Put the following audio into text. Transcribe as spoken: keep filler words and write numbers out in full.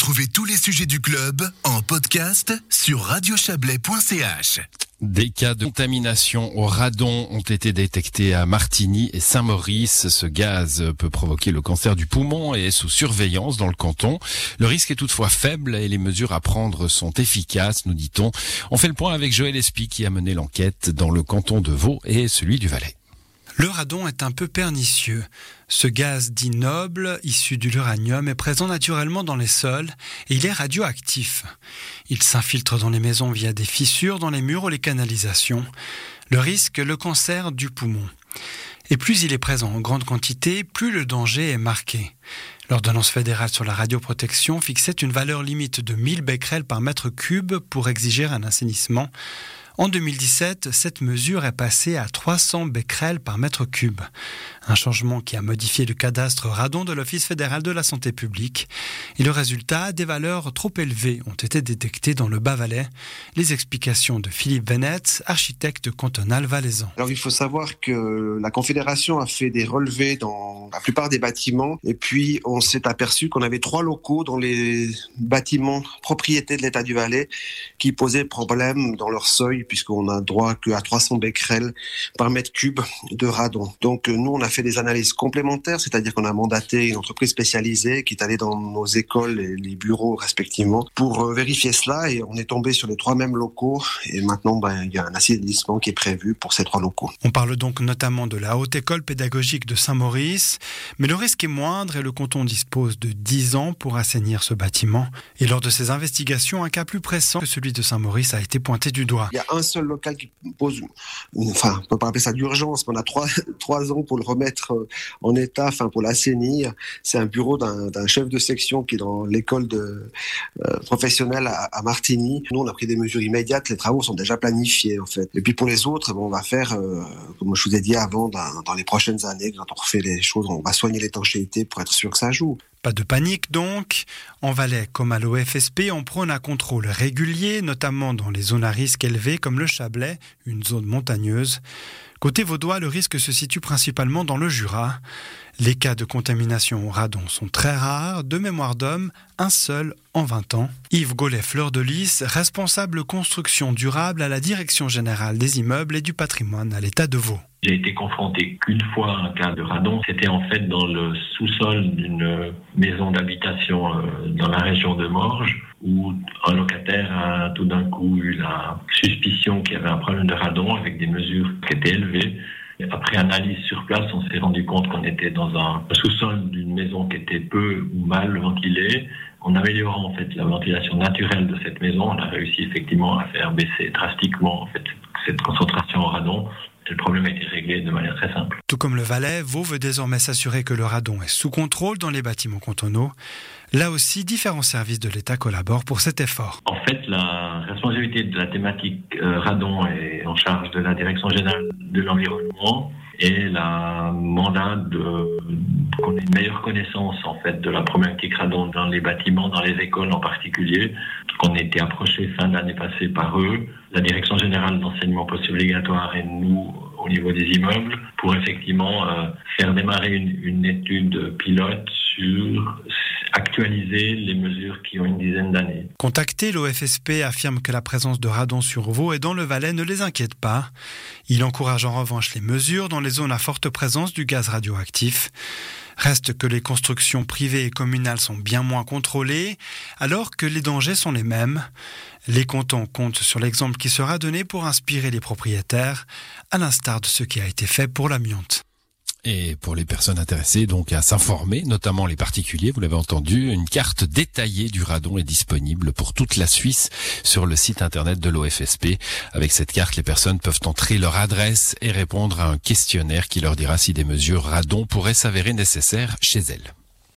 Retrouvez tous les sujets du club en podcast sur radio chablais point c h. Des cas de contamination au radon ont été détectés à Martigny et Saint-Maurice. Ce gaz peut provoquer le cancer du poumon et est sous surveillance dans le canton. Le risque est toutefois faible et les mesures à prendre sont efficaces, nous dit-on. On fait le point avec Joël Espy qui a mené l'enquête dans le canton de Vaud et celui du Valais. Le radon est un peu pernicieux. Ce gaz dit noble, issu de l'uranium, est présent naturellement dans les sols et il est radioactif. Il s'infiltre dans les maisons via des fissures dans les murs ou les canalisations. Le risque, le cancer du poumon. Et plus il est présent en grande quantité, plus le danger est marqué. L'ordonnance fédérale sur la radioprotection fixait une valeur limite de mille becquerels par mètre cube pour exiger un assainissement. En deux mille dix-sept, cette mesure est passée à trois cents becquerels par mètre cube. Un changement qui a modifié le cadastre radon de l'Office fédéral de la santé publique. Et le résultat, des valeurs trop élevées ont été détectées dans le Bas-Valais. Les explications de Philippe Venette, architecte cantonal valaisan. Alors il faut savoir que la Confédération a fait des relevés dans la plupart des bâtiments et puis on s'est aperçu qu'on avait trois locaux dans les bâtiments propriétés de l'État du Valais qui posaient problème dans leur seuil puisqu'on a droit qu'à trois cents becquerels par mètre cube de radon. Donc nous, on a fait des analyses complémentaires, c'est-à-dire qu'on a mandaté une entreprise spécialisée qui est allée dans nos écoles et les bureaux respectivement pour vérifier cela et on est tombé sur les trois mêmes locaux et maintenant ben, il y a un assainissement qui est prévu pour ces trois locaux. On parle donc notamment de la Haute École pédagogique de Saint-Maurice, mais le risque est moindre et le canton dispose de dix ans pour assainir ce bâtiment. Et lors de ces investigations, un cas plus pressant que celui de Saint-Maurice a été pointé du doigt. Il y a un seul local qui pose, enfin, on peut pas appeler ça d'urgence, mais on a trois, trois ans pour le remettre en état, enfin, pour l'assainir. C'est un bureau d'un, d'un chef de section qui est dans l'école de, euh, professionnelle à, à Martigny. Nous, on a pris des mesures immédiates. Les travaux sont déjà planifiés, en fait. Et puis, pour les autres, bon, on va faire, euh, comme je vous ai dit avant, dans, dans les prochaines années, quand on refait les choses, on va soigner l'étanchéité pour être sûr que ça joue. Pas de panique donc. En Valais comme à l'O F S P, on prône un contrôle régulier, notamment dans les zones à risque élevé comme le Chablais, une zone montagneuse. Côté vaudois, le risque se situe principalement dans le Jura. Les cas de contamination au radon sont très rares, de mémoire d'homme, un seul en vingt ans. Yves Gollet-Fleur de Lys, responsable construction durable à la Direction générale des immeubles et du patrimoine à l'État de Vaud. J'ai été confronté qu'une fois à un cas de radon. C'était en fait dans le sous-sol d'une maison d'habitation dans la région de Morges où un locataire a tout d'un coup eu la suspicion qu'il y avait un problème de radon avec des mesures qui étaient élevées. Après analyse sur place, on s'est rendu compte qu'on était dans un sous-sol d'une maison qui était peu ou mal ventilée. En améliorant en fait la ventilation naturelle de cette maison, on a réussi effectivement à faire baisser drastiquement en fait cette concentration en radon. Le problème a été réglé de manière très simple. Tout comme le Valais, Vaud veut désormais s'assurer que le radon est sous contrôle dans les bâtiments cantonaux. Là aussi, différents services de l'État collaborent pour cet effort. En fait, la responsabilité de la thématique euh, radon est en charge de la Direction générale de l'environnement et la mandat de qu'on ait une meilleure connaissance en fait de la problématique radon dans les bâtiments, dans les écoles en particulier. On a été approché fin d'année passée par eux, la Direction générale d'enseignement post-obligatoire et nous au niveau des immeubles pour effectivement euh, faire démarrer une, une étude pilote sur actualiser les mesures qui ont une dizaine d'années. Contacté, l'O F S P affirme que la présence de radon sur Vaud et dans le Valais ne les inquiète pas. Il encourage en revanche les mesures dans les zones à forte présence du gaz radioactif. Reste que les constructions privées et communales sont bien moins contrôlées, alors que les dangers sont les mêmes. Les cantons comptent sur l'exemple qui sera donné pour inspirer les propriétaires, à l'instar de ce qui a été fait pour l'amiante. Et pour les personnes intéressées donc à s'informer, notamment les particuliers, vous l'avez entendu, une carte détaillée du radon est disponible pour toute la Suisse sur le site internet de l'O F S P. Avec cette carte, les personnes peuvent entrer leur adresse et répondre à un questionnaire qui leur dira si des mesures radon pourraient s'avérer nécessaires chez elles.